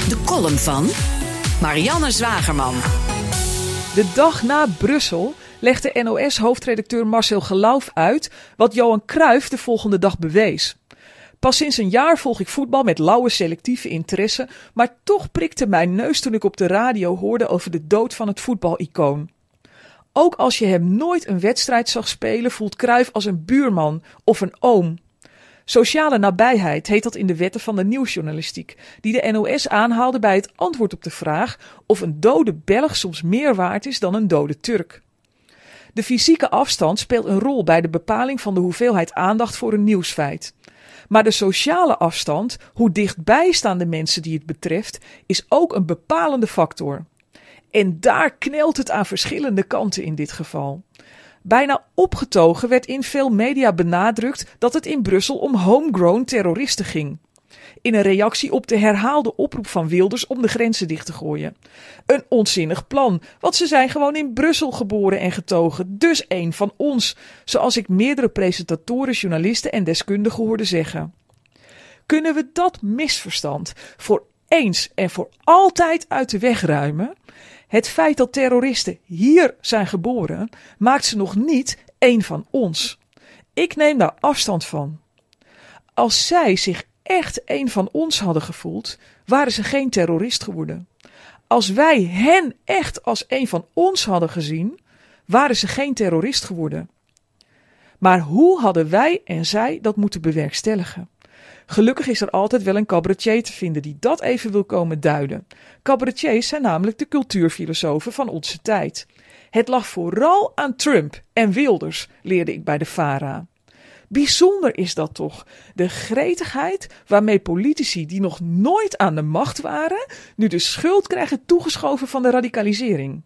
De column van Marianne Zwagerman. De dag na Brussel legt de NOS-hoofdredacteur Marcel Geloof uit wat Johan Cruijff de volgende dag bewees. Pas sinds een jaar volg ik voetbal met lauwe selectieve interesse, maar toch prikte mijn neus toen ik op de radio hoorde over de dood van het voetbalicoon. Ook als je hem nooit een wedstrijd zag spelen, voelt Cruijff als een buurman of een oom. Sociale nabijheid heet dat in de wetten van de nieuwsjournalistiek, die de NOS aanhaalde bij het antwoord op de vraag of een dode Belg soms meer waard is dan een dode Turk. De fysieke afstand speelt een rol bij de bepaling van de hoeveelheid aandacht voor een nieuwsfeit. Maar de sociale afstand, hoe dichtbij staan de mensen die het betreft, is ook een bepalende factor. En daar knelt het aan verschillende kanten in dit geval. Bijna opgetogen werd in veel media benadrukt dat het in Brussel om homegrown terroristen ging. In een reactie op de herhaalde oproep van Wilders om de grenzen dicht te gooien. Een onzinnig plan, want ze zijn gewoon in Brussel geboren en getogen, dus één van ons, zoals ik meerdere presentatoren, journalisten en deskundigen hoorde zeggen. Kunnen we dat misverstand voor eens en voor altijd uit de weg ruimen? Het feit dat terroristen hier zijn geboren, maakt ze nog niet één van ons. Ik neem daar afstand van. Als zij zich echt één van ons hadden gevoeld, waren ze geen terrorist geworden. Als wij hen echt als één van ons hadden gezien, waren ze geen terrorist geworden. Maar hoe hadden wij en zij dat moeten bewerkstelligen? Gelukkig is er altijd wel een cabaretier te vinden die dat even wil komen duiden. Cabaretiers zijn namelijk de cultuurfilosofen van onze tijd. Het lag vooral aan Trump en Wilders, leerde ik bij de VARA. Bijzonder is dat toch, de gretigheid waarmee politici die nog nooit aan de macht waren, nu de schuld krijgen toegeschoven van de radicalisering.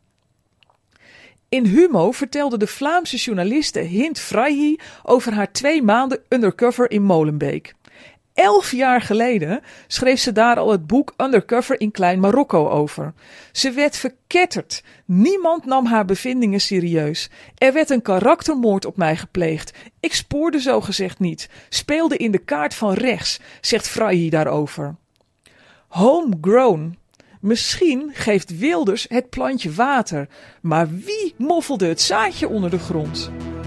In Humo vertelde de Vlaamse journaliste Hint Fraihi over haar 2 maanden undercover in Molenbeek. 11 jaar geleden schreef ze daar al het boek Undercover in Klein Marokko over. Ze werd verketterd. Niemand nam haar bevindingen serieus. Er werd een karaktermoord op mij gepleegd. Ik spoorde zogezegd niet. Speelde in de kaart van rechts, zegt Fraihi daarover. Homegrown. Misschien geeft Wilders het plantje water. Maar wie moffelde het zaadje onder de grond?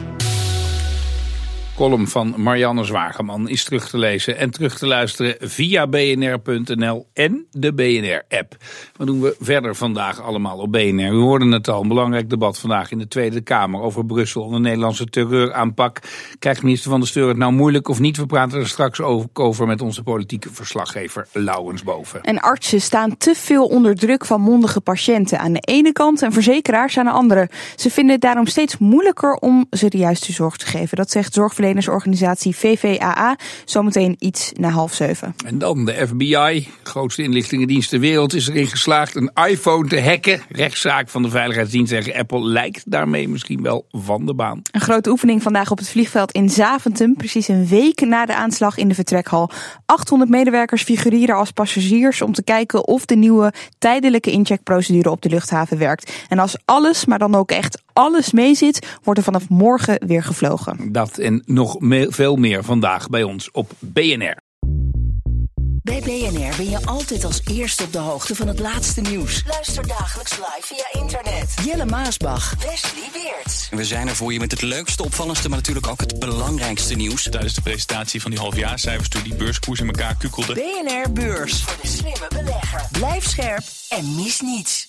Column van Marianne Zwagerman is terug te lezen en terug te luisteren via bnr.nl en de BNR-app. Wat doen we verder vandaag allemaal op BNR? We hoorden het al, een belangrijk debat vandaag in de Tweede Kamer over Brussel en de Nederlandse terreuraanpak. Krijgt minister Van der Steur het nou moeilijk of niet? We praten er straks over met onze politieke verslaggever Lauwens Boven. En artsen staan te veel onder druk van mondige patiënten aan de ene kant en verzekeraars aan de andere. Ze vinden het daarom steeds moeilijker om ze de juiste zorg te geven. Dat zegt zorgverlenersorganisatie VVAA, zometeen iets na 6:30. En dan de FBI, grootste inlichtingendienst ter wereld, is erin geslaagd een iPhone te hacken. Rechtszaak van de veiligheidsdienst tegen Apple lijkt daarmee misschien wel van de baan. Een grote oefening vandaag op het vliegveld in Zaventem, precies een week na de aanslag in de vertrekhal. 800 medewerkers figureren als passagiers om te kijken of de nieuwe tijdelijke incheckprocedure op de luchthaven werkt. En als alles, maar dan ook echt alles meezit, wordt er vanaf morgen weer gevlogen. Dat en nog veel meer vandaag bij ons op BNR. Bij BNR ben je altijd als eerste op de hoogte van het laatste nieuws. Luister dagelijks live via internet. Jelle Maasbach, Wesley Weerts. We zijn er voor je met het leukste, opvallendste, maar natuurlijk ook het belangrijkste nieuws. Tijdens de presentatie van die halfjaarcijfers toen die beurskoers in elkaar kukkelde. BNR Beurs. Voor de slimme belegger. Blijf scherp en mis niets.